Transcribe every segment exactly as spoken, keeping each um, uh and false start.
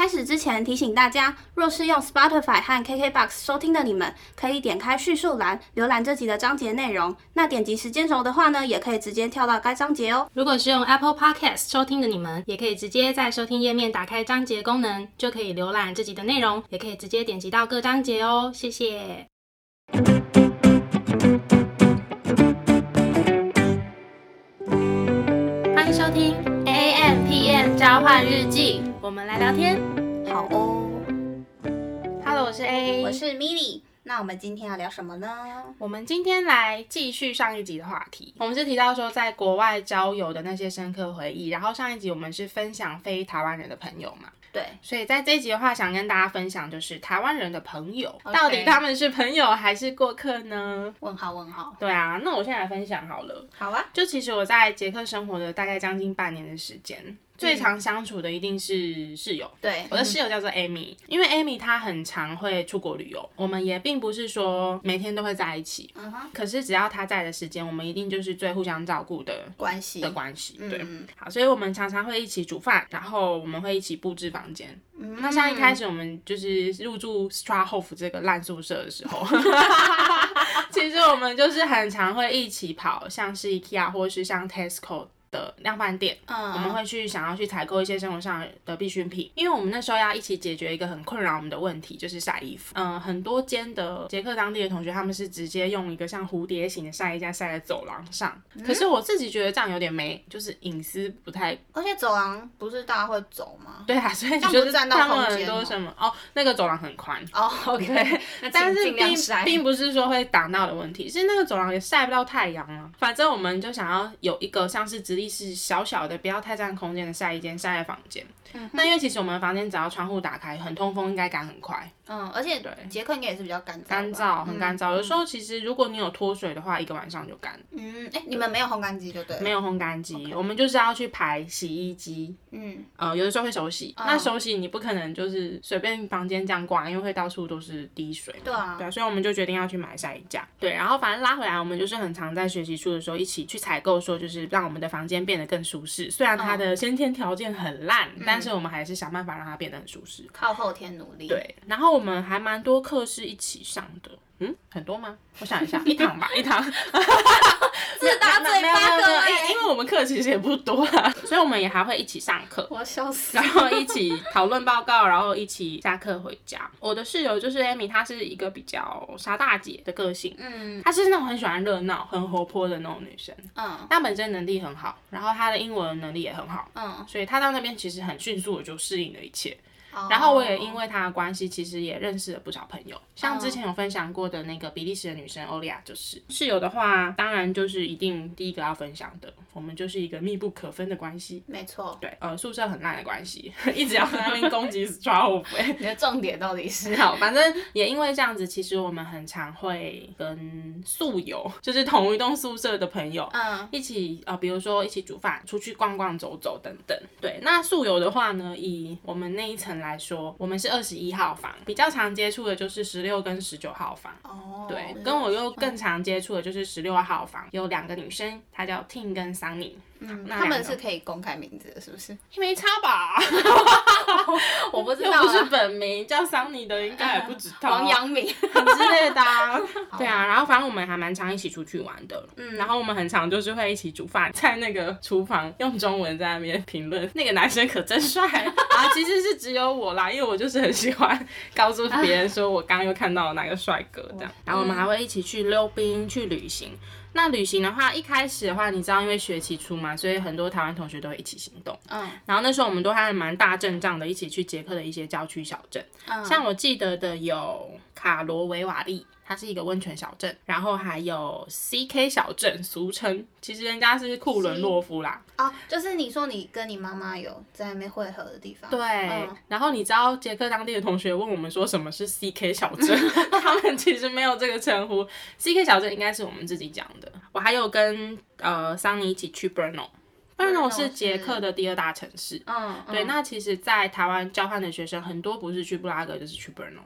开始之前提醒大家，若是用 Spotify 和 K K B O X 收听的你们，可以点开叙述栏浏览这集的章节内容。那点击时间轴的话呢，也可以直接跳到该章节哦。 如果是用 Apple Podcast 收听的你们，也可以直接在收听页面打开章节功能，就可以浏览这集的内容，也可以直接点击到各章节哦。谢谢。欢迎收听 A M P M 交换日记，我们来聊天。 好哦。 Hello， 我是 A， 我是 Millie。那我们今天要聊什么呢？ 我们今天来继续上一集的话题。我们是提到说在国外交友的那些深刻回忆，然后上一集我们是分享非台湾人的朋友嘛。 对， 所以在这一集的话，想跟大家分享就是台湾人的朋友， okay. 到底他们是朋友还是过客呢？ 问号问号。 对啊，那我现在来分享好了。 好啊。 就其实我在捷克生活的大概将近半年的时间。最常相处的一定是室友， 对， 我的室友叫做 Amy， 因为 Amy 她很常会出国旅游，我们也并不是说每天都会在一起，嗯哼，可是只要她在的时间，我们一定就是最互相照顾的关系的关系，对， 嗯， 好，所以我们常常会一起煮饭，然后我们会一起布置房间。嗯、那像一开始我们就是入住 Strahov 这个烂宿舍的时候，其实我们就是很常会一起跑，像是 IKEA 或是像 Tesco。的量贩店，嗯，我们会去想要去采购一些生活上的必需品，因为我们那时候要一起解决一个很困扰我们的问题，就是晒衣服。嗯，很多间的捷克当地的同学，他们是直接用一个像蝴蝶形的晒衣架晒在走廊上，嗯、可是我自己觉得这样有点没，就是隐私不太。 而且走廊不是大家会走吗？ 对啊，所以就是他们很多什么哦，那个走廊很宽哦 ，OK， 但是并并不是说会挡到的问题，是那个走廊也晒不到太阳啊。反正我们就想要有一个像是直立式小小的不要太占空间的晒衣间晒在房间、嗯、那因为其实我们的房间只要窗户打开很通风，应该干很快。 嗯，而且捷克应该也是比较干燥， 干燥很干燥、嗯、有时候其实如果你有脱水的话，一个晚上就干。 嗯，哎、欸，你们没有烘干机就对了。 没有烘干机、okay. 我们就是要去排洗衣机。嗯，呃，有的时候会手洗、嗯、那手洗你不可能就是随便房间这样挂，因为会到处都是滴水。 对啊， 对啊，所以我们就决定要去买晒衣架。对，然后反正拉回来，我们就是很常在学习处的时候一起去采购，说就是让我们的房间变得更舒适。虽然它的先天条件很烂、嗯，但是我们还是想办法让它变得很舒适， 靠后天努力。 对，然后我们还蛮多课是一起上的。嗯，很多吗？我想一下，一堂吧，一堂。 自打嘴巴的欸， 因为我们课其实也不多啦，所以我们也还会一起上课。 我要笑死。 然后一起讨论报告，然后一起下课回家。我的室友就是 Amy， 她是一个比较傻大姐的个性，嗯，她是那种很喜欢热闹、很活泼的那种女生，嗯，她本身能力很好，然后她的英文能力也很好，嗯，所以她到那边其实很迅速的就适应了一切。然后我也因为他的关系，其实也认识了不少朋友，像之前有分享过的那个比利时的女生欧利亚就是室友的话，当然就是一定第一个要分享的，我们就是一个密不可分的关系。 没错， 对，呃，宿舍很烂的关系，一直要在那边攻击 Strahov。 你的重点到底是？ 好，反正也因为这样子，其实我们很常会跟宿友，就是同一栋宿舍的朋友，嗯，一起呃，比如说一起煮饭、出去逛逛、走走等等。对，那宿友的话呢，以我们那一层来。来说，我们是二十一号房，比较常接触的就是十六跟十九号房。哦，对，跟我又更常接触的就是十六号房，有两个女生，她叫 Ting 跟 Sunny。 嗯，他们是可以公开名字的，是不是？ 没差吧？ 我不知道、啊， 又不是本名，叫 Sunny 的应该还不知道、啊。 王阳明之类的、啊。对啊，然后反正我们还蛮常一起出去玩的。嗯，然后我们很常就是会一起煮饭，在那个厨房用中文在那边评论，那个男生可真帅啊！其实是只有我啦，因为我就是很喜欢告诉别人说我刚刚又看到了哪个帅哥这样。然后我们还会一起去溜冰、去旅行。那旅行的话，一开始的话，你知道因为学期初嘛，所以很多台湾同学都会一起行动。嗯，然后那时候我们都还蛮大阵仗的，一起去捷克的一些郊区小镇。嗯，像我记得的有卡罗维瓦利，它是一个温泉小镇，然后还有 C K 小镇，俗称其实人家是库伦洛夫啦。 哦，就是你说你跟你妈妈有在那边会合的地方。 对、嗯，然后你知道捷克当地的同学问我们说什么是 C K 小镇，他们其实没有这个称呼 ，C K 小镇应该是我们自己讲的。我还有跟呃桑尼一起去 Brno。Brno 是捷克的第二大城市，嗯，对。那其实，在台湾交换的学生很多不是去布拉格，就是去 Brno。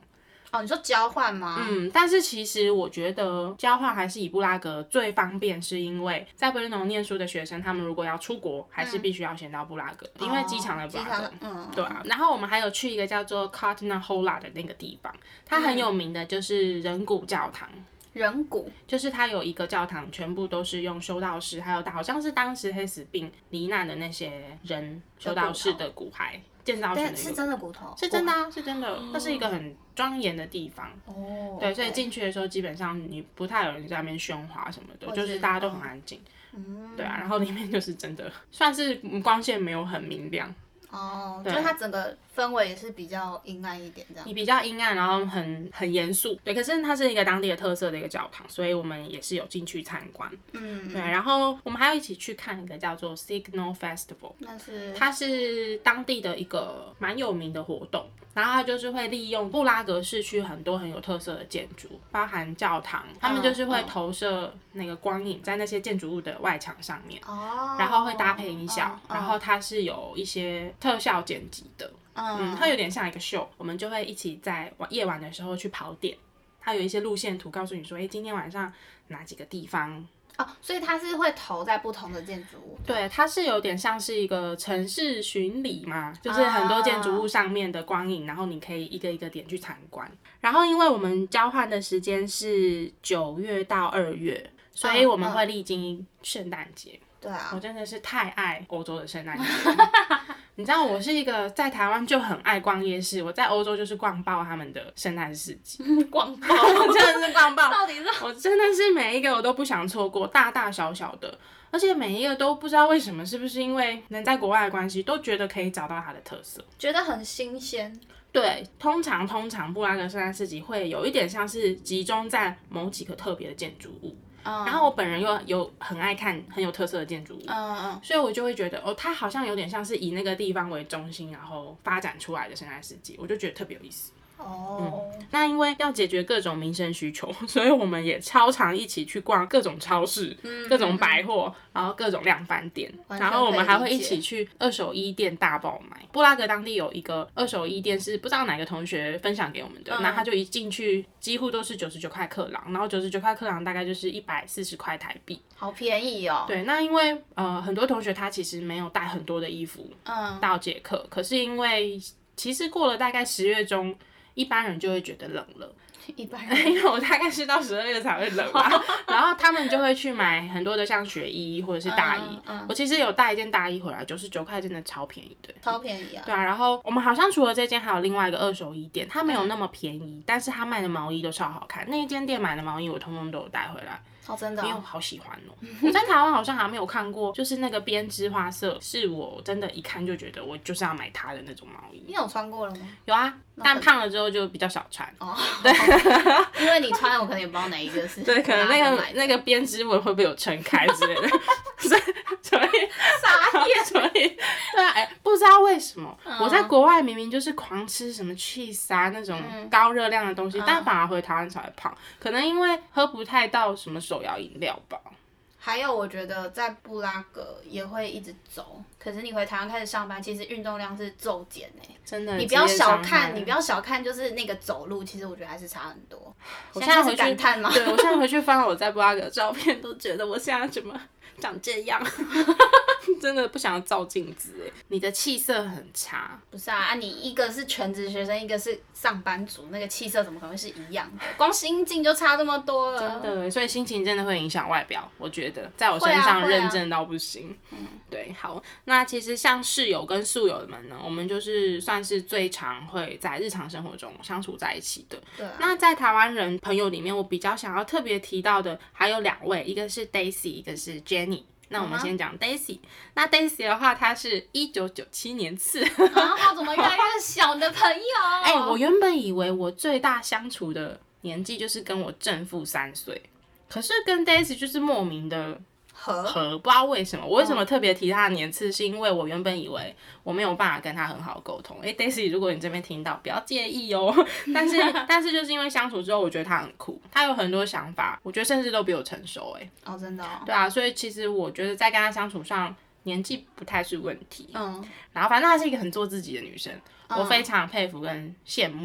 哦，你说交换吗？ 嗯，但是其实我觉得交换还是以布拉格最方便，是因为在 Brno 念书的学生，他们如果要出国，还是必须要先到布拉格，嗯、因为机场的布拉格。哦、嗯，对啊。然后我们还有去一个叫做 Kotna Hora 的那个地方，它很有名的就是人骨教堂。 人骨就是它有一个教堂，全部都是用修道士，还有好像是当时黑死病罹难的那些人修道士的骨骸建造成的一个。 是真的骨头？ 是真的啊，是真的。那、哦、是一个很庄严的地方。哦。对，所以进去的时候，基本上你不太有人在那边喧哗什么的，就是大家都很安静。嗯。对啊，然后里面就是真的算是光线没有很明亮。 哦，就是它整个氛围也是比较阴暗一点这样。 你比较阴暗，然后很很严肃，对。可是它是一个当地的特色的一个教堂，所以我们也是有进去参观。嗯，对。然后我们还有一起去看一个叫做 Signal Festival， 那是它是当地的一个蛮有名的活动。然后它就是会利用布拉格市区很多很有特色的建筑，包含教堂，他们就是会投射那个光影在那些建筑物的外墙上面，哦、然后会搭配音效，哦、然后它是有一些特效剪辑的，嗯，它有点像一个秀，我们就会一起在夜晚的时候去跑点，它有一些路线图告诉你说，哎，今天晚上哪几个地方。 哦，所以它是会投在不同的建筑物。 对，它是有点像是一个城市巡礼嘛，就是很多建筑物上面的光影，然后你可以一个一个点去参观。然后因为我们交换的时间是九月到二月，所以我们会历经圣诞节。 对啊， 我真的是太爱欧洲的圣诞节。你知道我是一个在台湾就很爱逛夜市，我在欧洲就是逛爆他们的圣诞市集。 逛爆， 我真的是逛爆。 到底是？ 我真的是每一个我都不想错过，大大小小的，而且每一个都不知道为什么，是不是因为能在国外的关系，都觉得可以找到它的特色， 觉得很新鲜。 对，通常通常布拉格圣诞市集会有一点像是集中在某几个特别的建筑物。嗯、然后我本人又有很爱看很有特色的建筑物，嗯嗯，所以我就会觉得哦，它好像有点像是以那个地方为中心，然后发展出来的圣诞市集，我就觉得特别有意思。哦、嗯，那因为要解决各种民生需求，所以我们也超常一起去逛各种超市、嗯、各种百货，然后各种量贩店，然后我们还会一起去二手衣店大爆买。布拉格当地有一个二手衣店，是不知道哪个同学分享给我们的，那、嗯、他就一进去几乎都是九十九块克朗，然后九十九块克朗大概就是一百四十块台币， 好便宜哦。 对，那因为呃很多同学他其实没有带很多的衣服到捷克，嗯、可是因为其实过了大概十月中。一般人就会觉得冷了， 一般人， 因为我大概是到十二月才会冷嘛，然后他们就会去买很多的像雪衣或者是大衣。嗯嗯、我其实有带一件大衣回来，九十九块真的超便宜，对， 超便宜啊。 对啊，然后我们好像除了这间，还有另外一个二手衣店，它没有那么便宜，嗯、但是它卖的毛衣都超好看。那一间店买的毛衣我通通都有带回来。 哦，真的、哦， 因为我好喜欢哦。我在台湾好像还没有看过，就是那个编织花色，是我真的一看就觉得我就是要买它的那种毛衣。 你有穿过了吗？ 有啊，但胖了之后就比较少穿。哦， 对，因为你穿，我可能也不知道哪一个是。 对，可能那个那个编织纹会不会有撑开之类的，所以所以傻眼， 所以对啊，哎、欸，不知道为什么、嗯、我在国外明明就是狂吃什么 cheese 啊那种高热量的东西，嗯、但反而回台湾才会胖，可能因为喝不太到什么手摇饮料吧。 还有，我觉得在布拉格也会一直走，可是你回台湾开始上班，其实运动量是骤减诶。 真的， 你不要小看，你不要小看，就是那个走路，其实我觉得还是差很多。 我现在回去感叹吗？ 对，我现在回去翻我在布拉格的照片，都觉得我现在怎么长这样。真的不想要照镜子哎，你的气色很差。 不是啊，啊你一个是全职学生，一个是上班族，那个气色怎么可能是一样的？光心境就差这么多了。 真的，所以心情真的会影响外表，我觉得在我身上认真到不行。啊啊、对，好，那其实像室友跟宿友们呢，我们就是算是最常会在日常生活中相处在一起的。 对、啊。 那在台湾人朋友里面，我比较想要特别提到的还有两位，一个是 Daisy， 一个是 Jenny。那我们先讲 Daisy， 那 Daisy 的话，她是一九九七年次， 啊，她怎么越来越小的朋友？ 哎、欸，我原本以为我最大相处的年纪就是跟我正负三岁，可是跟 Daisy 就是莫名的合合，不知道为什么。我为什么特别提她的年次，是因为我原本以为我没有办法跟她很好沟通。哎、欸、，Daisy， 如果你这边听到，不要介意哦。但是但是就是因为相处之后，我觉得她很酷，她有很多想法，我觉得甚至都比我成熟。哎， 哦，真的、哦。 对啊，所以其实我觉得在跟她相处上，年纪不太是问题。嗯。然后反正她是一个很做自己的女生，嗯、我非常佩服跟羡慕。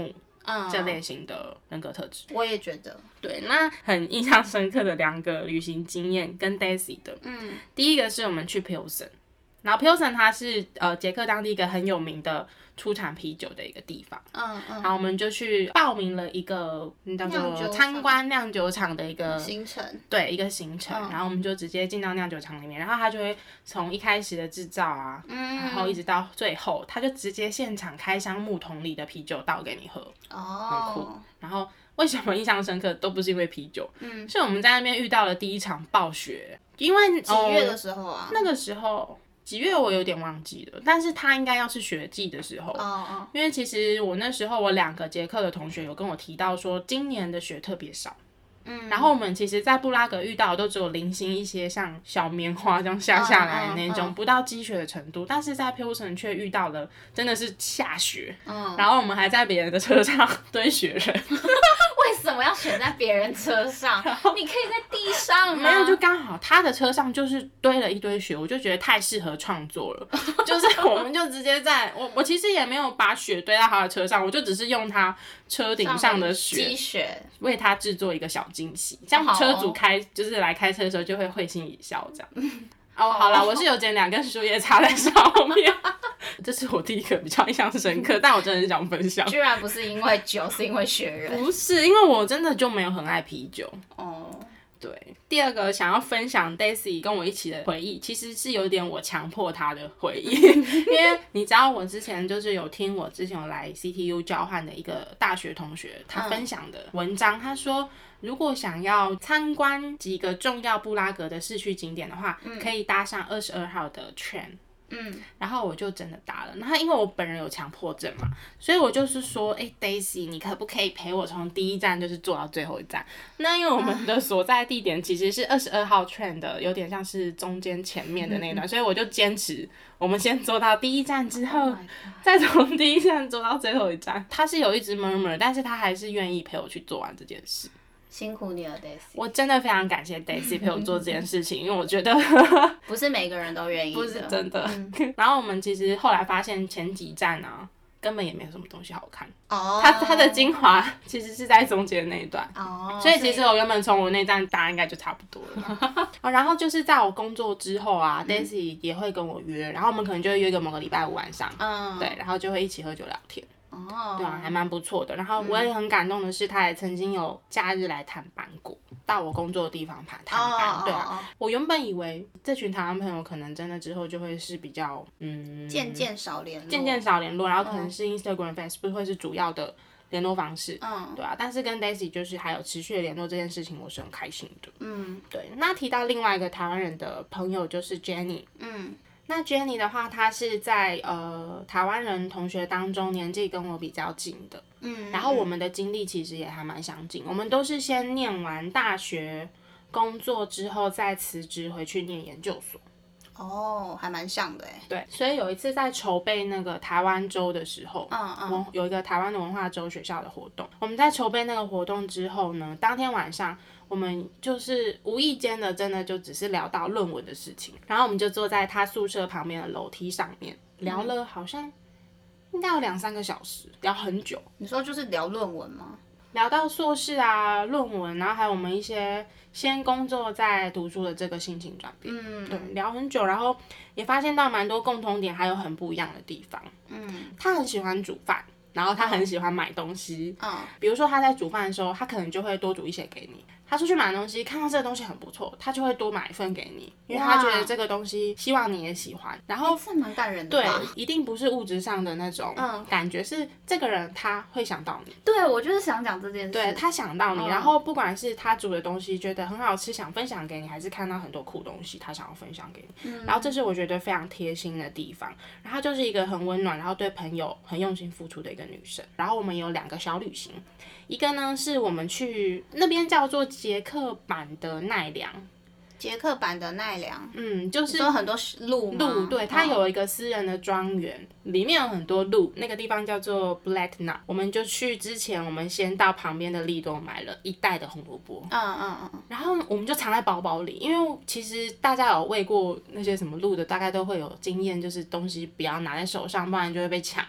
嗯， 这类型的人格特质。 我也觉得。 对，那很印象深刻的两个旅行经验跟 Daisy 的，嗯，第一个是我们去 Pilsen， 然后 Pilsen 它是呃捷克当地一个很有名的出产啤酒的一个地方， 嗯嗯， 然后我们就去报名了一个叫做参观酿酒厂的一个行程， 对，一个行程，嗯、然后我们就直接进到酿酒厂里面，然后他就会从一开始的制造啊，嗯、然后一直到最后，他就直接现场开箱木桶里的啤酒倒给你喝，哦，很酷。然后为什么印象深刻，都不是因为啤酒，嗯，是我们在那边遇到了第一场暴雪，因为几月的时候啊？ 哦、那个时候。几月我有点忘记了，但是他应该要是雪季的时候， oh, oh. 因为其实我那时候我两个捷克的同学有跟我提到说，今年的雪特别少。嗯，然后我们其实，在布拉格遇到的都只有零星一些像小棉花这样下下来的那种， oh, oh, oh. 不到积雪的程度，但是在 Pilsen 却遇到了真的是下雪，嗯，然后我们还在别人的车上堆雪人。 为什么要选在别人车上？你可以在地上啊。 没有，就刚好他的车上就是堆了一堆雪，我就觉得太适合创作了。就是我们就直接在我我其实也没有把雪堆到他的车上，我就只是用他车顶上的雪积雪为他制作一个小惊喜，这样车主开、哦、就是来开车的时候就会会心一笑这样。哦，好啦，我是有捡两根树叶插在上面。这是我第一个比较印象深刻，但我真的是想分享。 居然不是因为酒，是因为雪人。 不是，因为我真的就没有很爱啤酒。哦，对。第二个想要分享 Daisy 跟我一起的回忆，其实是有点我强迫她的回忆，因为你知道我之前就是有听我之前有来 C T U 交换的一个大学同学，他分享的文章，他说。如果想要参观几个重要布拉格的市区景点的话，嗯、可以搭上二十二号的 train。嗯，然后我就真的搭了。然后因为我本人有强迫症嘛，所以我就是说，哎 ，Daisy， 你可不可以陪我从第一站就是坐到最后一站？那因为我们的所在地点其实是二十二号 train 的，有点像是中间前面的那一段，所以我就坚持，我们先坐到第一站之后， oh、再从第一站坐到最后一站。他是有一直 murmur， 但是他还是愿意陪我去做完这件事。 辛苦你了 Daisy， 我真的非常感谢 Daisy 陪我做这件事情，因为我觉得不是每个人都愿意的， 不是真的。嗯、然后我们其实后来发现前几站啊，根本也没有什么东西好看。哦，它它的精华其实是在中间那一段。哦，所以其实我原本从我那站搭应该就差不多了。哦，然后就是在我工作之后啊、嗯、，Daisy 也会跟我约，然后我们可能就会约个某个礼拜五晚上，嗯，对，然后就会一起喝酒聊天。哦，对啊，还蛮不错的。然后我也很感动的是，他也曾经有假日来探班过，到我工作的地方探班。对啊，我原本以为这群台湾朋友可能真的之后就会是比较嗯， 渐渐少联络， 渐渐少联络，然后可能是 Instagram、Facebook 会是主要的联络方式。嗯，对啊。但是跟 Daisy 就是还有持续的联络这件事情，我是很开心的。嗯，对。那提到另外一个台湾人的朋友就是 Jenny。嗯。那 Jenny 的话，她是在呃台湾人同学当中年纪跟我比较近的，嗯，然后我们的经历其实也还蛮相近，我们都是先念完大学工作之后再辞职回去念研究所。 哦，还蛮像的哎。 对，所以有一次在筹备那个台湾周的时候，嗯嗯，有一个台湾的文化周学校的活动，我们在筹备那个活动之后呢，当天晚上。我们就是无意间的，真的就只是聊到论文的事情，然后我们就坐在他宿舍旁边的楼梯上面聊了，好像应该有两三个小时，聊很久。 你说就是聊论文吗？ 聊到硕士啊，论文，然后还有我们一些先工作再读书的这个心情转变，嗯，对，聊很久，然后也发现到蛮多共同点，还有很不一样的地方。嗯，他很喜欢煮饭。然后他很喜欢买东西，嗯，比如说他在煮饭的时候，他可能就会多煮一些给你。他出去买东西，看到这个东西很不错，他就会多买一份给你，因为他觉得这个东西希望你也喜欢。然后这蛮感人的吧？ 对，一定不是物质上的那种感觉，嗯、是这个人他会想到你。 对，我就是想讲这件事。 对，他想到你，嗯、然后不管是他煮的东西觉得很好吃，想分享给你，还是看到很多酷东西，他想要分享给你。嗯、然后这是我觉得非常贴心的地方。然后就是一个很温暖，然后对朋友很用心付出的一个女生。然后我们有两个小旅行。一个呢是我们去那边叫做捷克版的奈良， 捷克版的奈良， 嗯，就是有很多鹿鹿，对，它有一个私人的庄园，哦、里面有很多鹿，那个地方叫做 Blatna。我们就去之前，我们先到旁边的利多买了一袋的红萝卜，嗯嗯嗯，然后我们就藏在包包里，因为其实大家有喂过那些什么鹿的，大概都会有经验，就是东西不要拿在手上，不然就会被抢嘛。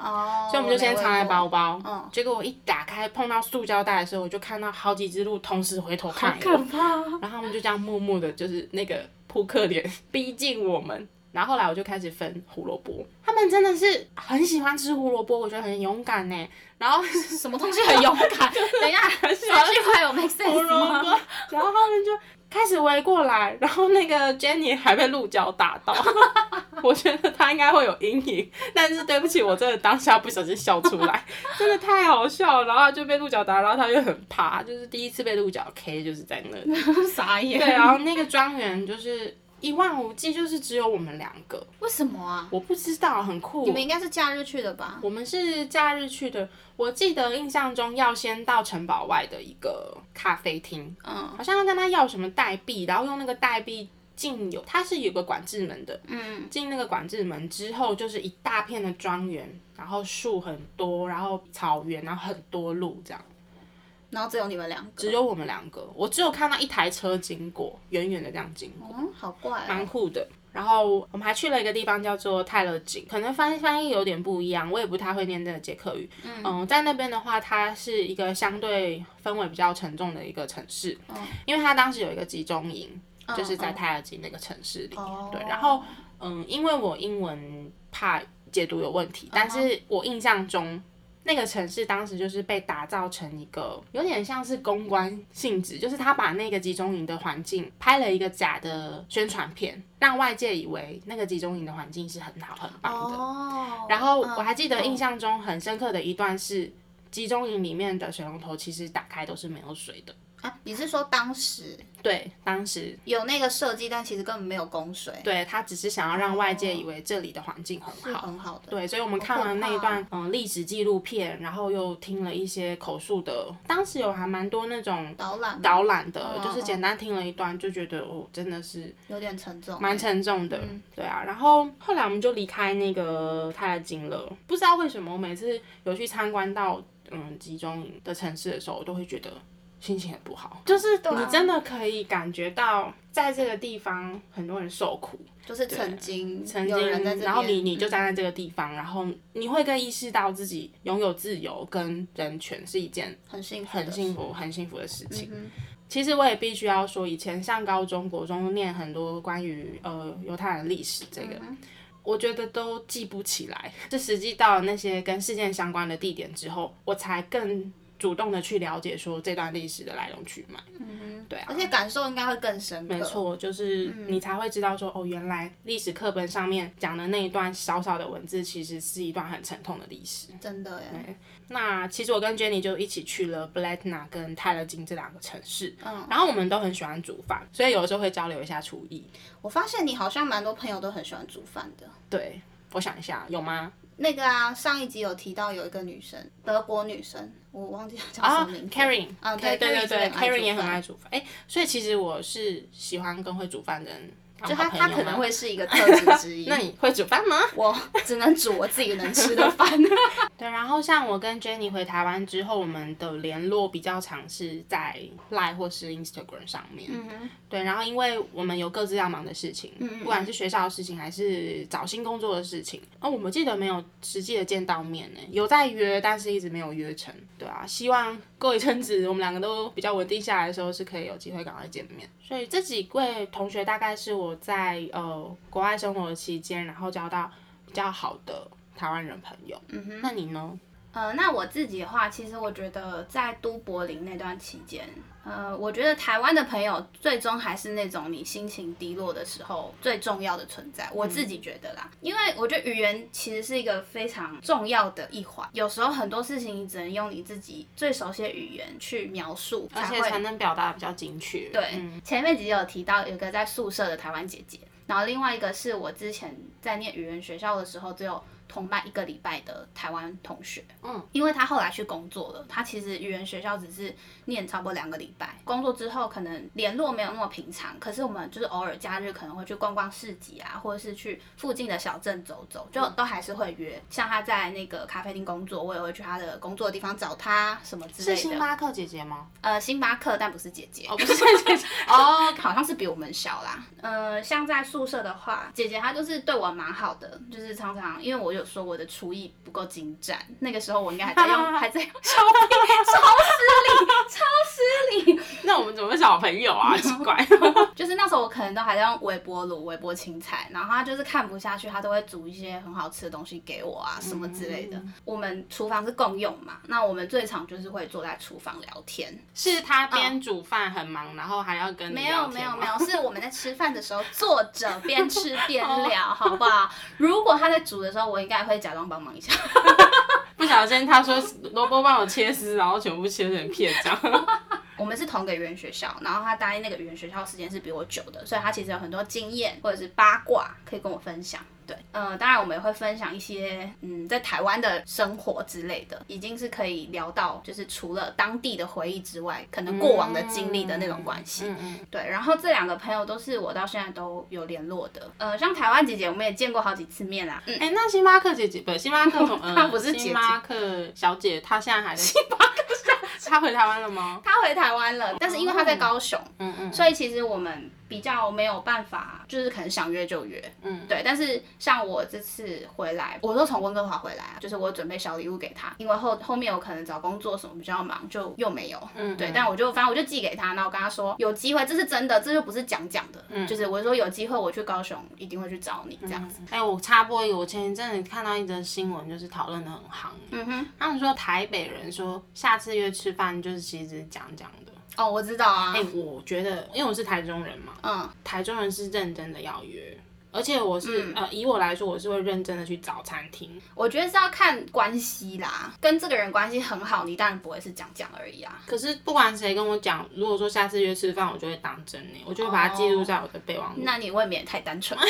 哦， 所以我们就先藏在包包。 嗯， 结果我一打开碰到塑胶袋的时候，我就看到好几只鹿同时回头看我， 好可怕。 然后他们就这样默默的，就是那个扑克脸逼近我们。然后后来我就开始分胡萝卜，他们真的是很喜欢吃胡萝卜，我觉得很勇敢呢。然后什么东西很勇敢？等一下，这句话有 make sense 吗？ 然后他们就开始围过来，然后那个 Jenny 还被鹿角打到，我觉得她应该会有阴影，但是对不起，我真的当下不小心笑出来，真的太好笑了。然后就被鹿角打，然后她就很怕，就是第一次被鹿角 K 就是在那里， 傻眼。 对，然后那个庄园就是一望无际，就是只有我们两个。 为什么啊？ 我不知道，很酷。 你们应该是假日去的吧？ 我们是假日去的，我记得印象中要先到城堡外的一个咖啡厅，嗯，好像要跟他要什么代币，然后用那个代币进有，它是有个管制门的，嗯，进那个管制门之后就是一大片的庄园，然后树很多，然后草原，然后很多路这样。 然后只有你们两个， 只有我们两个，我只有看到一台车经过，远远的这样经过， 嗯，好怪、哦， 蛮酷的。然后我们还去了一个地方叫做泰勒井，可能翻翻译有点不一样，我也不太会念这个捷克语。嗯、呃，在那边的话，它是一个相对氛围比较沉重的一个城市，嗯、因为它当时有一个集中营，嗯、就是在泰勒井那个城市里。嗯、对，然后嗯，因为我英文怕解读有问题，但是我印象中。那个城市当时就是被打造成一个有点像是公关性质，就是他把那个集中营的环境拍了一个假的宣传片，让外界以为那个集中营的环境是很好很棒的。哦、然后我还记得印象中很深刻的一段是，集中营里面的水龙头其实打开都是没有水的。 啊，你是说当时？ 对，当时有那个设计，但其实根本没有供水。 对，他只是想要让外界以为这里的环境很好， 是很好的。 对，所以我们看了那一段嗯历史纪录片，然后又听了一些口述的，当时有还蛮多那种导览导览的，嗯、就是简单听了一段，就觉得哦，真的是有点沉重， 蛮沉重的。嗯、对啊，然后后来我们就离开那个泰勒井了，不知道为什么，我每次有去参观到嗯集中营的城市的时候，我都会觉得。心情很不好，就是你真的可以感觉到，在这个地方很多人受苦， 就是曾经曾有人在这边， 然后你你就站在这个地方，嗯、然后你会更意识到自己拥有自由跟人权是一件很幸福、 很幸福、很幸福的事情。 嗯、 其实我也必须要说，以前上高中、国中念很多关于呃犹太人历史这个。嗯我觉得都记不起来，是实际到了那些跟事件相关的地点之后，我才更主动的去了解说这段历史的来龙去脉，嗯，对啊， 而且感受应该会更深刻。 没错，就是你才会知道说，嗯、哦，原来历史课本上面讲的那一段小小的文字，其实是一段很沉痛的历史。 真的耶。 那其实我跟 Jenny 就一起去了 Blatna 跟泰勒井这两个城市，嗯，然后我们都很喜欢煮饭，所以有的时候会交流一下厨艺。 我发现你好像蛮多朋友都很喜欢煮饭的。 对，我想一下，有吗？ 那个啊，上一集有提到有一个女生，德国女生，我忘记叫什么名字。 啊 Karen， 啊，对对对对 ，Karen 也很爱煮饭。哎，所以其实我是喜欢跟会煮饭的人。 就他，他可能会是一个特质之一。 那你会煮饭吗？ 我只能煮我自己能吃的饭。 对，然后像我跟 Jenny 回台湾之后，我们的联络比较常是在 Line 或是 Instagram 上面。嗯哼。对，然后因为我们有各自要忙的事情，嗯不管是学校的事情还是找新工作的事情，哦，我们记得没有实际的见到面呢，有在约，但是一直没有约成。对啊，希望过一阵子我们两个都比较稳定下来的时候，是可以有机会赶快见面。所以这几位同学大概是我在呃国外生活的期间，然后交到比较好的台湾人朋友。嗯哼，那你呢？ 呃，那我自己的话，其实我觉得在都柏林那段期间，呃，我觉得台湾的朋友最终还是那种你心情低落的时候最重要的存在。我自己觉得啦，嗯、因为我觉得语言其实是一个非常重要的一环。有时候很多事情你只能用你自己最熟悉的语言去描述， 而且才能表达比较精确。 对，嗯、前面几集有提到有一个在宿舍的台湾姐姐，然后另外一个是我之前在念语言学校的时候只有同班一个礼拜的台湾同学，嗯，因为他后来去工作了，他其实语言学校只是念差不多两个礼拜，工作之后可能联络没有那么平常，可是我们就是偶尔假日可能会去逛逛市集啊，或者是去附近的小镇走走，就都还是会约。像他在那个咖啡厅工作，我也会去他的工作的地方找他什么之类的。 是星巴克姐姐吗？ 呃，星巴克，但不是姐姐。 哦，不是姐姐。 哦，好像是比我们小啦。呃，像在宿舍的话，姐姐她就是对我蛮好的，就是常常因为我有就说我的厨艺不够精湛，那个时候我应该还在用还在用小笔，超失礼，超失礼。 那我们怎么会是好朋友啊？奇怪。 就是那时候我可能都还在用微波炉、微波青菜，然后他就是看不下去，他都会煮一些很好吃的东西给我啊，什么之类的。嗯、我们厨房是共用嘛，那我们最常就是会坐在厨房聊天。 是他边煮饭很忙，嗯、然后还要跟你聊天吗？ 没有没有没有，是我们在吃饭的时候坐着边吃边聊，好不好？如果他在煮的时候，我应该会假装帮忙一下。 不小心他说萝卜帮我切丝，然后全部切成片这样。 我们是同个语言学校，然后他待那个语言学校时间是比我久的，所以他其实有很多经验或者是八卦可以跟我分享。对，呃，当然我们也会分享一些，嗯，在台湾的生活之类的，已经是可以聊到，就是除了当地的回忆之外，可能过往的经历的那种关系。嗯嗯。对，然后这两个朋友都是我到现在都有联络的，呃，像台湾姐姐，我们也见过好几次面啦。 哎、嗯欸，那星巴克姐姐不，星巴克同，呃，她不是姐姐，星巴克小姐，她现在还在。星巴克小姐，她回台湾了吗？ 她回台湾了，但是因为她在高雄，嗯嗯，所以其实我们比较没有办法，就是可能想约就约，嗯，对。但是像我这次回来，我都从温哥华回来啊，就是我准备小礼物给他，因为后后面我可能找工作什么比较忙，就又没有，嗯，对。但我就反正我就寄给他，然后我跟他说有机会，这是真的，这就不是讲讲的，嗯，就是我说有机会我去高雄一定会去找你这样子。 哎、嗯欸，我插播一个，我前一阵子看到一则新闻，就是讨论的很夯，嗯哼，他们说台北人说下次约吃饭就是其实讲讲的。 哦，我知道啊。 哎、欸，我觉得，因为我是台中人嘛，嗯，台中人是认真的要约，而且我是、嗯、呃，以我来说，我是会认真的去找餐厅。 我觉得是要看关系啦，跟这个人关系很好，你当然不会是讲讲而已啊。 可是不管谁跟我讲，如果说下次约吃饭，我就会当真呢，我就会把它记录在我的备忘录。 那你未免也太单纯了。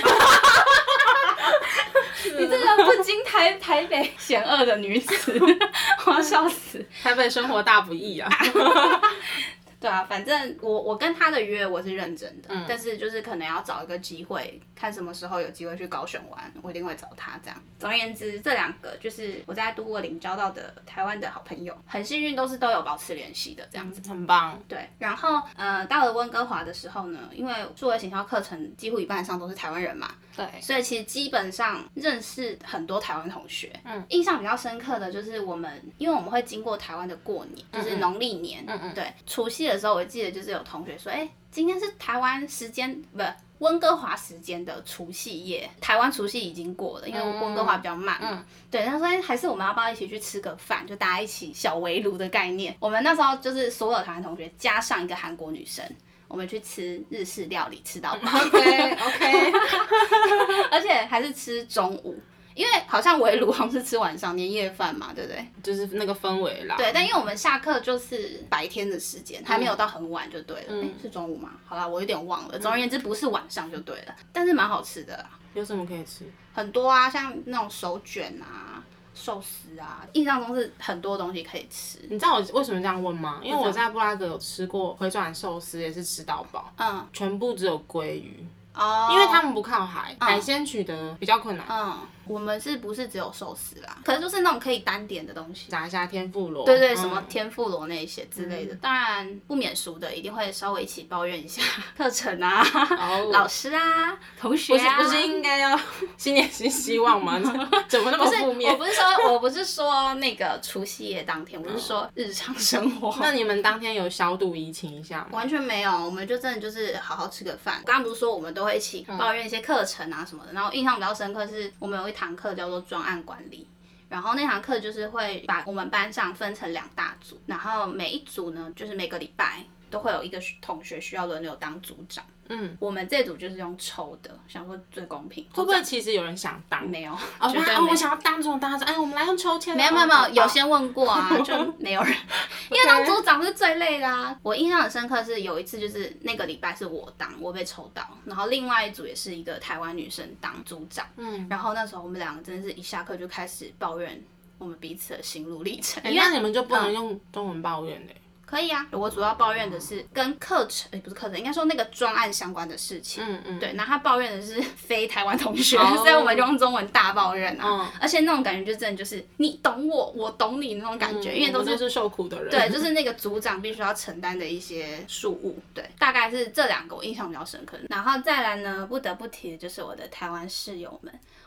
你这个不经台台北险恶的女子，我要笑死。 台北生活大不易啊。 对啊，反正我我跟他的约我是认真的，嗯、但是就是可能要找一个机会，看什么时候有机会去高雄玩，我一定会找他这样。总而言之，这两个就是我在都柏林交到的台湾的好朋友，很幸运都是都有保持联系的这样子， 嗯、很棒。 对，然后呃到了温哥华的时候呢，因为数位行销课程几乎一半以上都是台湾人嘛，对，所以其实基本上认识很多台湾同学。嗯，印象比较深刻的就是我们，因为我们会经过台湾的过年，就是农历年，嗯嗯，对，除夕的时候，我记得就是有同学说，哎、欸，今天是台湾时间，不，温哥华时间的除夕夜，台湾除夕已经过了，因为温哥华比较慢嘛。嗯、对，他说，哎、欸，还是我们要不要一起去吃个饭，就大家一起小围炉的概念。我们那时候就是所有台湾同学加上一个韩国女生。我们去吃日式料理，吃到饱。 OK OK， 而且还是吃中午，因为好像围炉好像是吃晚上年夜饭嘛，对不对？ 就是那个氛围啦。 对，但因为我们下课就是白天的时间，还没有到很晚就对了。嗯、欸，是中午吗？好啦，我有点忘了。总而言之，不是晚上就对了，但是蛮好吃的啦。 有什么可以吃？ 很多啊，像那种手卷啊。寿司啊，印象中是很多东西可以吃。 你知道我为什么这样问吗？因为我在布拉格有吃过回转寿司，也是吃到饱，嗯，全部只有鲑鱼。哦，因为他们不靠海，嗯、海鲜取得比较困难。 嗯，我们是不是只有寿司啦？可是就是那种可以单点的东西， 炸一下天妇罗， 对对，嗯、什么天妇罗那些之类的。嗯、当然不免俗的，一定会稍微一起抱怨一下课程啊、哦、老师啊、同学啊。 不是不是应该要新年新希望吗？怎么那么负面？ 我不是说，我不是说那个除夕夜当天，我是说日常生活。 那你们当天有小赌怡情一下吗？ 完全没有，我们就真的就是好好吃个饭。刚刚不是说我们都会一起抱怨一些课程啊什么的，然后印象比较深刻是我们有一堂课叫做专案管理，然后那堂课就是会把我们班上分成两大组，然后每一组呢就是每个礼拜都会有一个同学需要轮流当组长。嗯，我们这组就是用抽的，想说最公平。 会不会其实有人想当？ 没有， 哦，绝对没有。哦，我想要当这种当，哎，我们来用抽签。 没有没有没有，有先问过啊，就没有人，因为当组长是最累的啊。我印象很深刻是有一次，就是那个礼拜是我当，我被抽到，然后另外一组也是一个台湾女生当组长。嗯，然后那时候我们两个真的是一下课就开始抱怨我们彼此的心路历程。 哎，那你们就不能用中文抱怨嘞？ 可以啊，我主要抱怨的是跟课程，欸、不是课程，应该说那个专案相关的事情。嗯嗯。对，那他抱怨的是非台湾同学，哦、所以我们就用中文大抱怨啊。嗯、而且那种感觉就真的就是你懂我，我懂你那种感觉，嗯、因为都 是, 都是受苦的人。 对，就是那个组长必须要承担的一些事务。对，大概是这两个我印象比较深刻的。然后再来呢，不得不提的就是我的台湾室友们。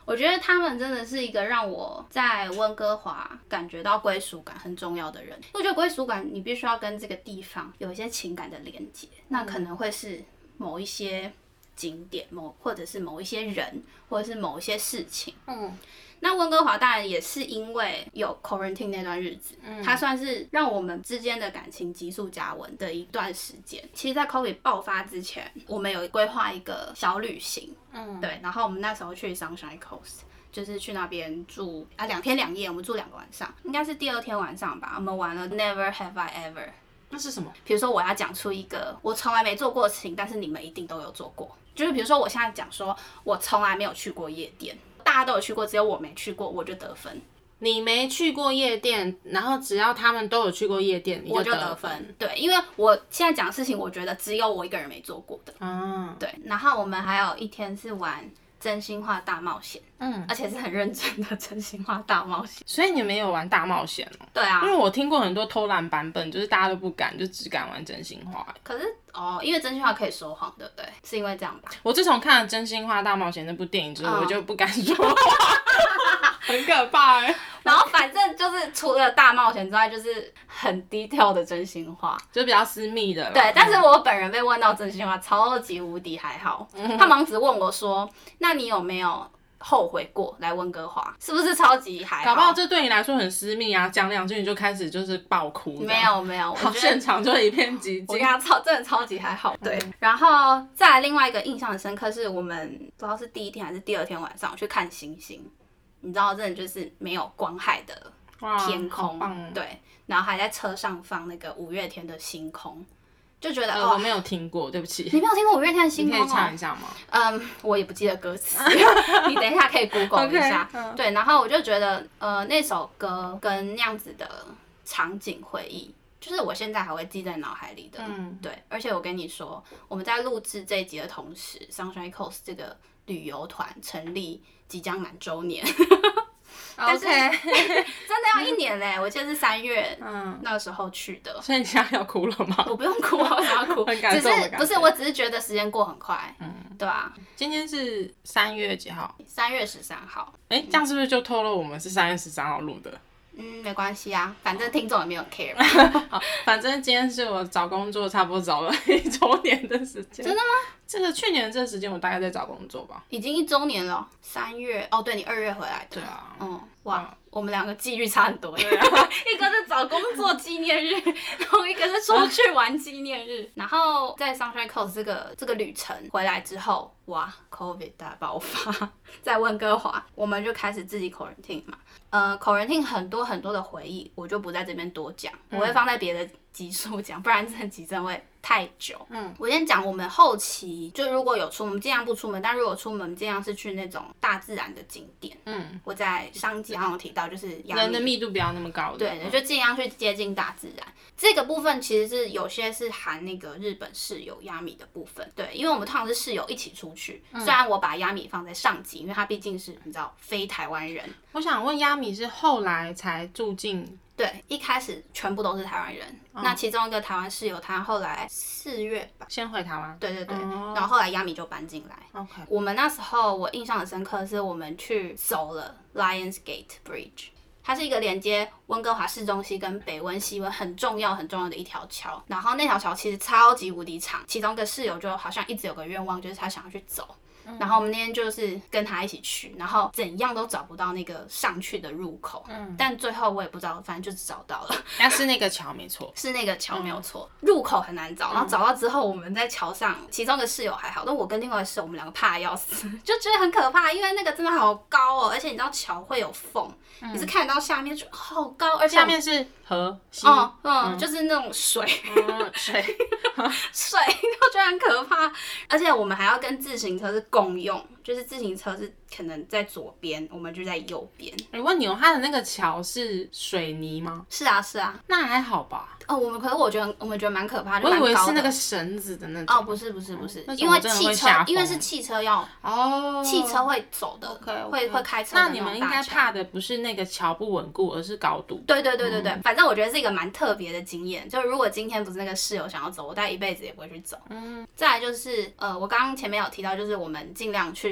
我觉得他们真的是一个让我在温哥华感觉到归属感很重要的人。我觉得归属感你必须要跟这个地方有一些情感的连接，那可能会是某一些景点，某或者是某一些人，或者是某一些事情。嗯，那温哥华当然也是因为有 quarantine 那段日子，嗯，它算是让我们之间的感情急速加温的一段时间。其实，在 COVID 爆发之前，我们有规划一个小旅行，嗯，对，然后我们那时候去 Sunshine Coast。就是去那边住啊两天两夜，我们住两个晚上，应该是第二天晚上吧，我们玩了 Never Have I Ever。 那是什么？ 比如说我要讲出一个我从来没做过的事情，但是你们一定都有做过。就是比如说我现在讲说我从来没有去过夜店，大家都有去过，只有我没去过，我就得分。 你没去过夜店，然后只要他们都有去过夜店，你就得分。 我就得分。对，因为我现在讲的事情，我觉得只有我一个人没做过的。嗯，对。然后我们还有一天是玩真心话大冒险，嗯，而且是很认真的真心话大冒险。 所以你们有玩大冒险哦？ 对啊， 因为我听过很多偷懒版本，就是大家都不敢，就只敢玩真心话。 可是哦，因为真心话可以说谎，对不对？是因为这样吧？ 我自从看了《真心话大冒险》那部电影之后，嗯、我就不敢说谎，很可怕哎。 然后反正就是除了大冒险之外，就是很低调的真心话， 就比较私密的。 对，但是我本人被问到真心话，超级无敌还好。嗯、他忙只问我说：“那你有没有后悔过来温哥华？是不是超级还好？” 搞不好这对你来说很私密啊，讲两句你就开始就是爆哭。 没有没有，我现场就一片寂静。 我跟他超真的超级还好。对，嗯、然后再来另外一个印象很深刻是我们不知道是第一天还是第二天晚上我去看星星。你知道，真的就是没有光害的天空，对，然后还在车上放那个五月天的星空，就觉得、 呃、我没有听过，对不起， 你没有听过五月天的星空、哦？ 你可以唱一下吗？ 嗯，我也不记得歌词，你等一下可以 Google 一下。Okay, 对，然后我就觉得，呃，那首歌跟那样子的场景回忆，就是我现在还会记在脑海里的。嗯，对，而且我跟你说，我们在录制这一集的同时 ，Sunshine Coast 这个旅游团成立。即将满周年，但是 okay. 真的要一年嘞！我记得是三月那个时候去的， 所以你现在要哭了吗？ 我不用哭，我想要哭， 很感动的感觉。只是不是，我只是觉得时间过很快，嗯，对啊。 今天是三月几号？ 三月十三号。 哎、欸，这样是不是就透露我们是三月十三号录的？ 嗯，没关系啊，反正听众也没有 care 好，反正今天是我找工作差不多找了一周年的时间。 真的吗？ 这个去年这个时间我大概在找工作吧。 已经一周年了，三月哦，对你二月回来的。 对啊。 嗯，哇，嗯、我们两个际遇差很多耶。啊、一个是找工作纪念日，然后一个是出去玩纪念日。然后在 Sunshine Coast 这个这个旅程回来之后，哇 ，COVID 大爆发，在温哥华，我们就开始自己 quarantine 嘛。呃 ，quarantine 很多很多的回忆，我就不在这边多讲，我会放在别的集数讲，不然这集真会太久。嗯，我先讲我们后期，就如果有出门，尽量不出门，但如果出门，尽量是去那种大自然的景点。嗯，我在上集好像有提到，就是人的密度不要那么高的。 对，就尽量去接近大自然。这个部分其实是有些是含那个日本室友亚米的部分。对，因为我们通常是室友一起出去，嗯、虽然我把亚米放在上集，因为他毕竟是你知道非台湾人。 我想问亚米是后来才住进。 对，一开始全部都是台湾人，哦、那其中一个台湾室友，他后来四月吧， 先回台湾， 对对对，哦、然后后来亚米就搬进来。OK， 我们那时候我印象很深刻的是，我们去走了 Lions Gate Bridge， 它是一个连接温哥华市中心跟北温西温很重要很重要的一条桥，然后那条桥其实超级无敌长，其中一个室友就好像一直有个愿望，就是他想要去走。然后我们那天就是跟他一起去，然后怎样都找不到那个上去的入口，嗯，但最后我也不知道，反正就是找到了。 那是那个桥没错， 是那个桥没有错，嗯、入口很难找。然后找到之后，我们在桥上，其中一个室友还好，但我跟另外一个室友，我们两个怕得要死，就觉得很可怕，因为那个真的好高哦，而且你知道桥会有缝，嗯、你是看得到下面，就好高，而且下面是河溪， 嗯嗯，嗯就是那种水， 嗯、水水，我觉得很可怕，而且我们还要跟自行车是共用，就是自行车是可能在左边，我们就在右边。 我问你哦，它的那个桥是水泥吗？ 是啊，是啊， 那还好吧。 哦，我们可是我觉得我们觉得蛮可怕的， 我以为是那个绳子的那种。 哦，不是不是不是，因为汽车，因为是汽车要哦，汽车会走的， okay, okay. 会会开车的那种大桥。 那你们应该怕的不是那个桥不稳固，而是高度。 对对对对对，嗯、反正我觉得是一个蛮特别的经验。就如果今天不是那个室友想要走，我大概一辈子也不会去走。嗯，再来就是呃，我刚刚前面有提到，就是我们尽量去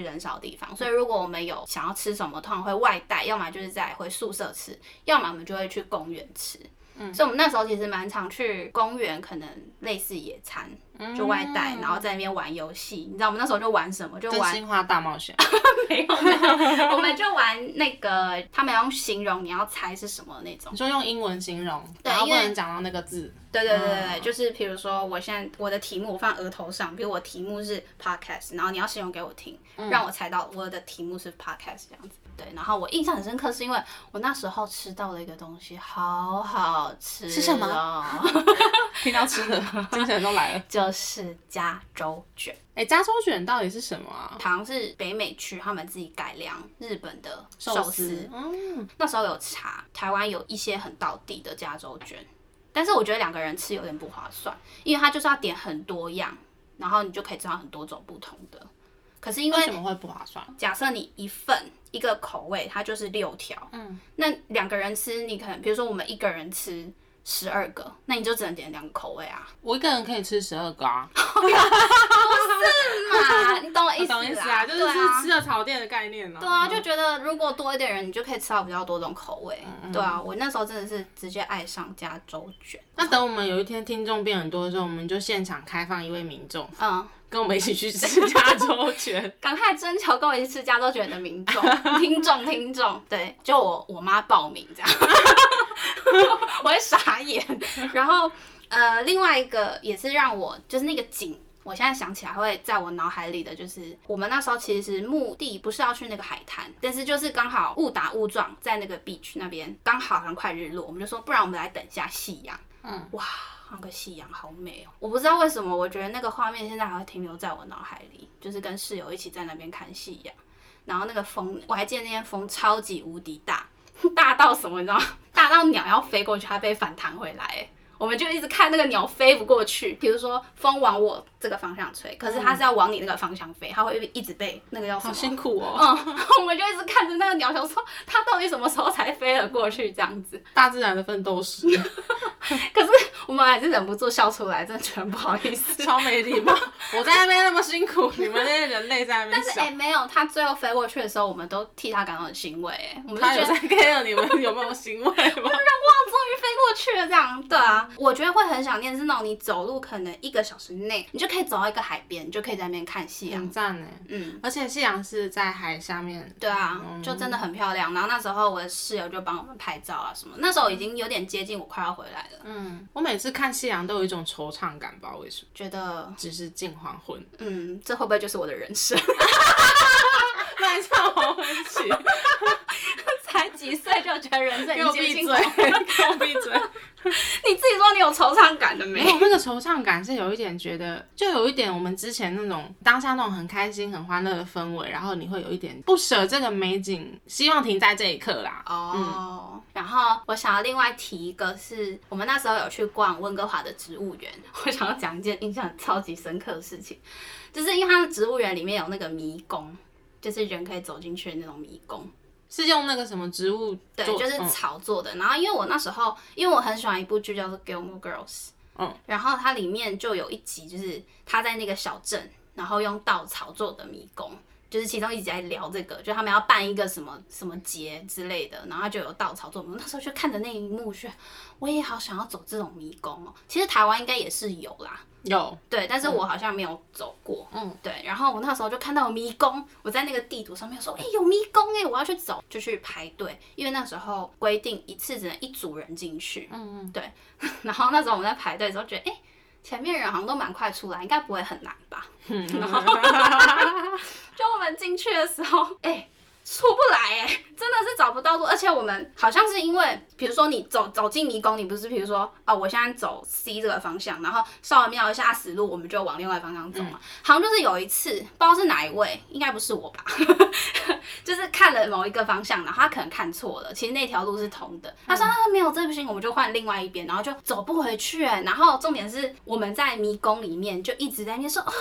人少的地方，所以如果我们有想要吃什么，通常会外带，要么就是在回宿舍吃，要么我们就会去公园吃。嗯，所以我们那时候其实蛮常去公园，可能类似野餐，就外带，然后在那边玩游戏。你知道我们那时候就玩什么？就玩真心话大冒险。 没有没有，我们就玩那个，他们要用形容，你要猜是什么那种。 你说用英文形容，然后不能讲到那个字。 对对对对对，就是比如说我现在我的题目我放额头上，比如我题目是 podcast， 然后你要形容给我听，嗯、让我猜到我的题目是 podcast 这样子。对，然后我印象很深刻，是因为我那时候吃到了一个东西，好好吃、哦。 是什么？听到吃的，精神都来了。 就是加州卷。 哎、欸，加州卷到底是什么啊？ 好像是北美区他们自己改良日本的寿司。嗯，那时候有查，台湾有一些很道地的加州卷，但是我觉得两个人吃有点不划算，因为它就是要点很多样，然后你就可以吃到很多种不同的。可是因为为什么会不划算？ 假设你一份一个口味，它就是六条，嗯，那两个人吃，你可能比如说我们一个人吃十二个，那你就只能点两个口味啊。 我一个人可以吃十二个啊。 不是嘛？你懂我意思啦？ 懂意思啊，就是吃吃了草店的概念啊。 对啊，就觉得如果多一点人，你就可以吃到比较多种口味。嗯、对啊，我那时候真的是直接爱上加州卷。 那等我们有一天听众变很多的时候，我们就现场开放一位民众，嗯，跟我们一起去吃加州卷。 赶快征求跟我一起吃加州卷的民众、听众、听众，对，就我我妈报名这样，我会傻眼。然后呃，另外一个也是让我就是那个景。我现在想起来会在我脑海里的就是我们那时候其实目的不是要去那个海滩，但是就是刚好误打误撞在那个 beach 那边刚好很快日落，我们就说不然我们来等一下夕阳。嗯，哇，那个夕阳好美哦！我不知道为什么，我觉得那个画面现在还会停留在我脑海里，就是跟室友一起在那边看夕阳，然后那个风，我还记得那天风超级无敌大，大到什么你知道吗？大到鸟要飞过去，它被反弹回来。我们就一直看那个鸟飞不过去，比如说风往我这个方向吹，可是它是要往你那个方向飞，它会一直被那个叫什么？ 好辛苦哦。 嗯，我们就一直看着那个鸟，想说它到底什么时候才飞了过去这样子。 大自然的奋斗史。 可是我们还是忍不住笑出来，真的觉得不好意思。 超没礼貌！我在那边那么辛苦，你们那些人类在那边笑。 但是哎、欸，没有，它最后飞过去的时候，我们都替它感到很欣慰。哎，我们他有在 care 你们有没有欣慰吗？我就觉得哇，终于飞过去了这样。对啊，我觉得会很想念是那种你走路可能一个小时内，你就可以走到一个海边，你就可以在那边看夕阳， 很赞哎。嗯，而且夕阳是在海下面。 对啊，嗯、就真的很漂亮。然后那时候我的室友就帮我们拍照啊什么，那时候已经有点接近我快要回来了。嗯， 我每次看夕阳都有一种惆怅感，不知道为什么。 觉得只是近黄昏。 嗯，这会不会就是我的人生？ 乱唱黄昏曲。 才几岁就觉得人生已经接近黄昏。给我闭嘴！ 你自己说你有惆怅感的没？ 没有，那个惆怅感是有一点觉得，就有一点我们之前那种当下那种很开心、很欢乐的氛围，然后你会有一点不舍这个美景，希望停在这一刻啦。 哦、嗯，然后我想要另外提一个是，我们那时候有去逛温哥华的植物园，我想要讲一件印象超级深刻的事情，就是因为它的植物园里面有那个迷宫，就是人可以走进去的那种迷宫。 是用那个什么植物做？对，就是草做的。嗯、然后因为我那时候，因为我很喜欢一部剧叫做《Gilmore Girls》，嗯，然后它里面就有一集，就是他在那个小镇，然后用稻草做的迷宫，就是其中一集在聊这个，就他们要办一个什么什么节之类的，然后就有稻草做迷宫。那时候就看着那一幕，觉得我也好想要走这种迷宫哦。其实台湾应该也是有啦。 有， 对，但是我好像没有走过，嗯，对，然后我那时候就看到迷宫，我在那个地图上面说，哎、欸，有迷宫哎，我要去走，就去排队，因为那时候规定一次只能一组人进去，嗯嗯，对，然后那时候我们在排队的时候觉得，哎、欸，前面人好像都蛮快出来，应该不会很难吧，嗯，然后就我们进去的时候，哎、欸。出不来哎、欸，真的是找不到路，而且我们好像是因为，比如说你走走进迷宫，你不是比如说哦，我现在走 C 这个方向，然后稍微瞄一下死路，我们就往另外方向走嘛。嗯、好像就是有一次，不知道是哪一位，应该不是我吧，就是看了某一个方向，然后他可能看错了，其实那条路是通的。他说、嗯、啊没有，这不行，我们就换另外一边，然后就走不回去、欸。然后重点是我们在迷宫里面就一直在那边说哦。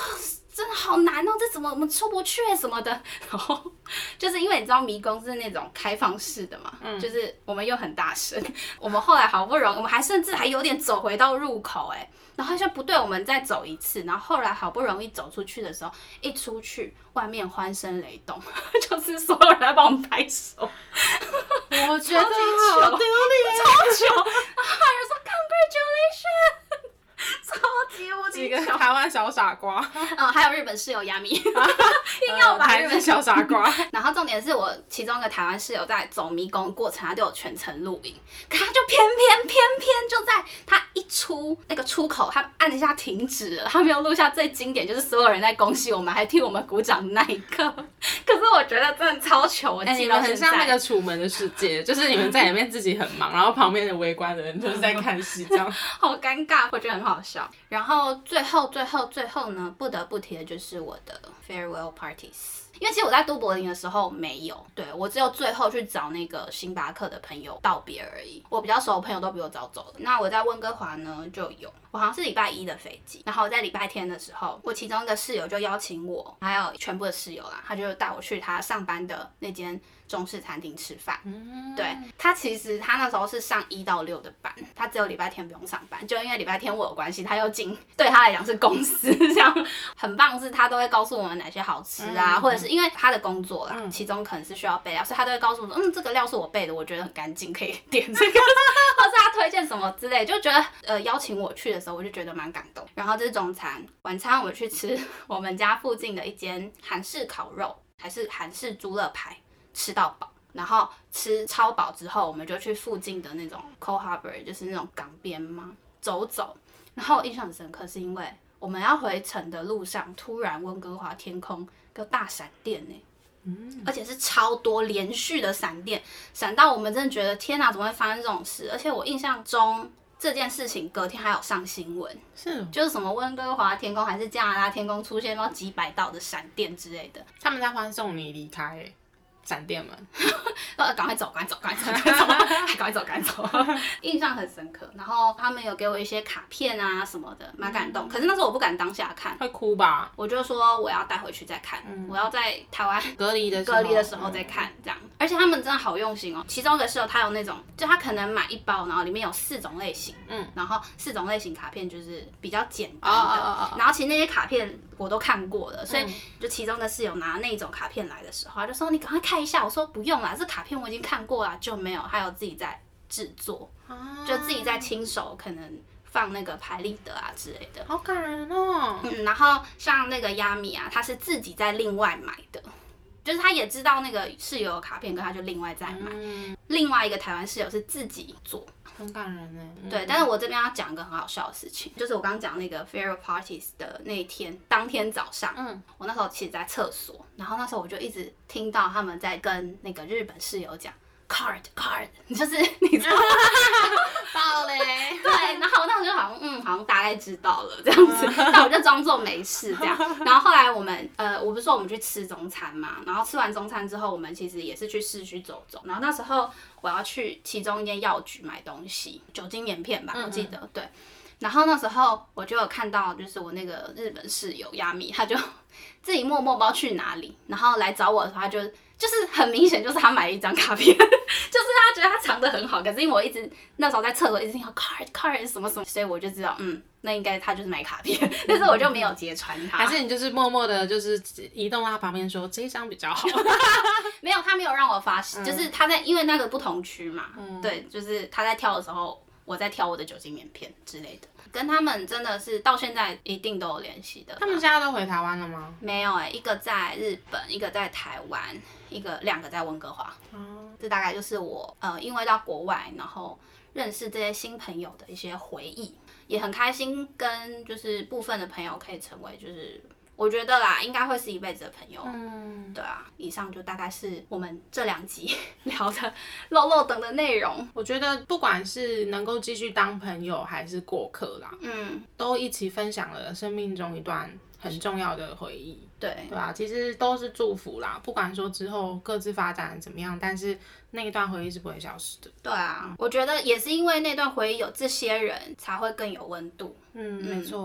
真的好难哦，这怎么我们出不去什么的。然后就是因为你知道迷宫是那种开放式的嘛，嗯、就是我们又很大声，我们后来好不容易，我们还甚至还有点走回到入口哎、欸。然后他说不对，我们再走一次。然后后来好不容易走出去的时候，一出去外面欢声雷动，就是所有人在帮我们拍手。 我觉得好丢脸， 超糗。然后还有人说 congratulations。超级无敌几个台湾小傻瓜， 嗯，还有日本室友亚米，硬要把日本小傻瓜。 然后重点是我其中一个台湾室友在走迷宫的过程，他就有全程录影，可他就偏偏偏偏就在他一出那个出口，他按一下停止了，他没有录下最经典，就是所有人在恭喜我们，还替我们鼓掌的那一刻。可是我觉得真的超糗，我记到现在、欸、 你们很像那个楚门的世界，就是你们在里面自己很忙，然后旁边的围观的人就是在看戏，这样好尴尬，我觉得很好笑。然后最后最后最后呢，不得不提的就是我的 farewell parties。因为其实我在都柏林的时候没有，对，我只有最后去找那个星巴克的朋友道别而已。我比较熟的朋友都比我早走了。那我在温哥华呢就有，我好像是礼拜一的飞机，然后在礼拜天的时候，我其中一个室友就邀请我，还有全部的室友啦，他就带我去他上班的那间中式餐厅吃饭。嗯、对，他其实他那时候是上一到六的班，他只有礼拜天不用上班，就因为礼拜天我有关系，他又进对他来讲是公司这样，很棒是他都会告诉我们哪些好吃啊，嗯、或者是因为他的工作啦，嗯、其中可能是需要备料，所以他都会告诉我说，嗯，这个料是我备的，我觉得很干净，可以点这个，或是他推荐什么之类，就觉得呃邀请我去的时候，我就觉得蛮感动。然后这是中餐，晚餐我们去吃我们家附近的一间韩式烤肉，还是韩式猪肋排，吃到饱。然后吃超饱之后，我们就去附近的那种 Cole Harbour， 就是那种港边嘛，走走。然后我印象很深刻，是因为我们要回程的路上，突然温哥华天空个大闪电呢、欸嗯，而且是超多连续的闪电，闪到我们真的觉得天哪，怎么会发生这种事？而且我印象中这件事情隔天还有上新闻，是就是什么温哥华天空还是加拿大天空出现到几百道的闪电之类的。 他们在欢送你离开、欸。闪电门， 呃，赶快走，赶快走，赶快走，赶快走，赶快走，赶快走，印象很深刻。然后他们有给我一些卡片啊什么的，蛮感动。可是那时候我不敢当下看， 会哭吧？ 我就说我要带回去再看，嗯、我要在台湾隔离的隔离的时候再看，这样。而且他们真的好用心哦。其中一个室友他有那种，就他可能买一包，然后里面有四种类型，嗯，然后四种类型卡片就是比较简单的。Oh, oh, oh, oh. 然后其实那些卡片我都看过了，所以就其中的室友拿那种卡片来的时候，他就说你赶快看一下。我说不用啦，这卡片我已经看过啦，就没有，还有自己在制作，啊、就自己在亲手可能放那个拍立得啊之类的， 好感人哦。 嗯，然后像那个亚米啊，他是自己在另外买的。就是他也知道那个室友的卡片，跟他就另外再买。嗯、另外一个台湾室友是自己做， 很感人哎。 嗯、对，但是我这边要讲一个很好笑的事情，就是我刚刚讲那个 farewell parties 的那一天，当天早上，嗯，我那时候其实在厕所，然后那时候我就一直听到他们在跟那个日本室友讲 card card， 就是你知道吗？ 爆嘞！ 对，然后我当时就好像嗯，好像大概知道了这样子，那我就装作没事这样。然后后来我们呃，我不是说我们去吃中餐嘛，然后吃完中餐之后，我们其实也是去市区走走。然后那时候我要去其中一间药局买东西，酒精棉片吧，我记得、嗯、对。然后那时候我就有看到，就是我那个日本室友亚米，他就自己默默不知道去哪里，然后来找我的时候，他就就是很明显就是他买了一张卡片，就是他觉得他藏得很好，可是因为我一直那时候在厕所一直听到 card card 什么什么，所以我就知道嗯，那应该他就是买卡片，但是我就没有揭穿他。 还是你就是默默的，就是移动到他旁边说这一张比较好。 没有，他没有让我发现，嗯、就是他在因为那个不同区嘛，嗯、对，就是他在挑的时候。我在挑我的酒精棉片之类的，跟他们真的是到现在一定都有联系的。 他们现在都回台湾了吗？ 没有哎、欸，一个在日本，一个在台湾，一个两个在温哥华。嗯，这大概就是我呃，因为到国外，然后认识这些新朋友的一些回忆，也很开心跟就是部分的朋友可以成为就是。我觉得啦，应该会是一辈子的朋友。嗯，对啊，以上就大概是我们这两集聊的漏漏等的内容。 我觉得不管是能够继续当朋友还是过客啦，嗯，都一起分享了生命中一段很重要的回忆。对，对啊，其实都是祝福啦，不管说之后各自发展怎么样，但是那一段回忆是不会消失的。 对啊，嗯、我觉得也是因为那段回忆有这些人，才会更有温度。 嗯，没错。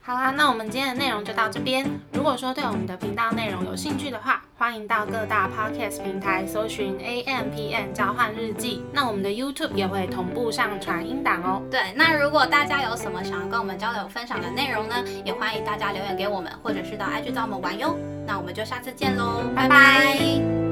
好啦，那我们今天的内容就到这边。如果说对我们的频道内容有兴趣的话，欢迎到各大 podcast 平台搜寻 A M P N 交换日记。那我们的 YouTube 也会同步上传音档哦。 对，那如果大家有什么想要跟我们交流分享的内容呢，也欢迎大家留言给我们，或者是到 I G 找我们玩哟。那我们就下次见喽，拜拜。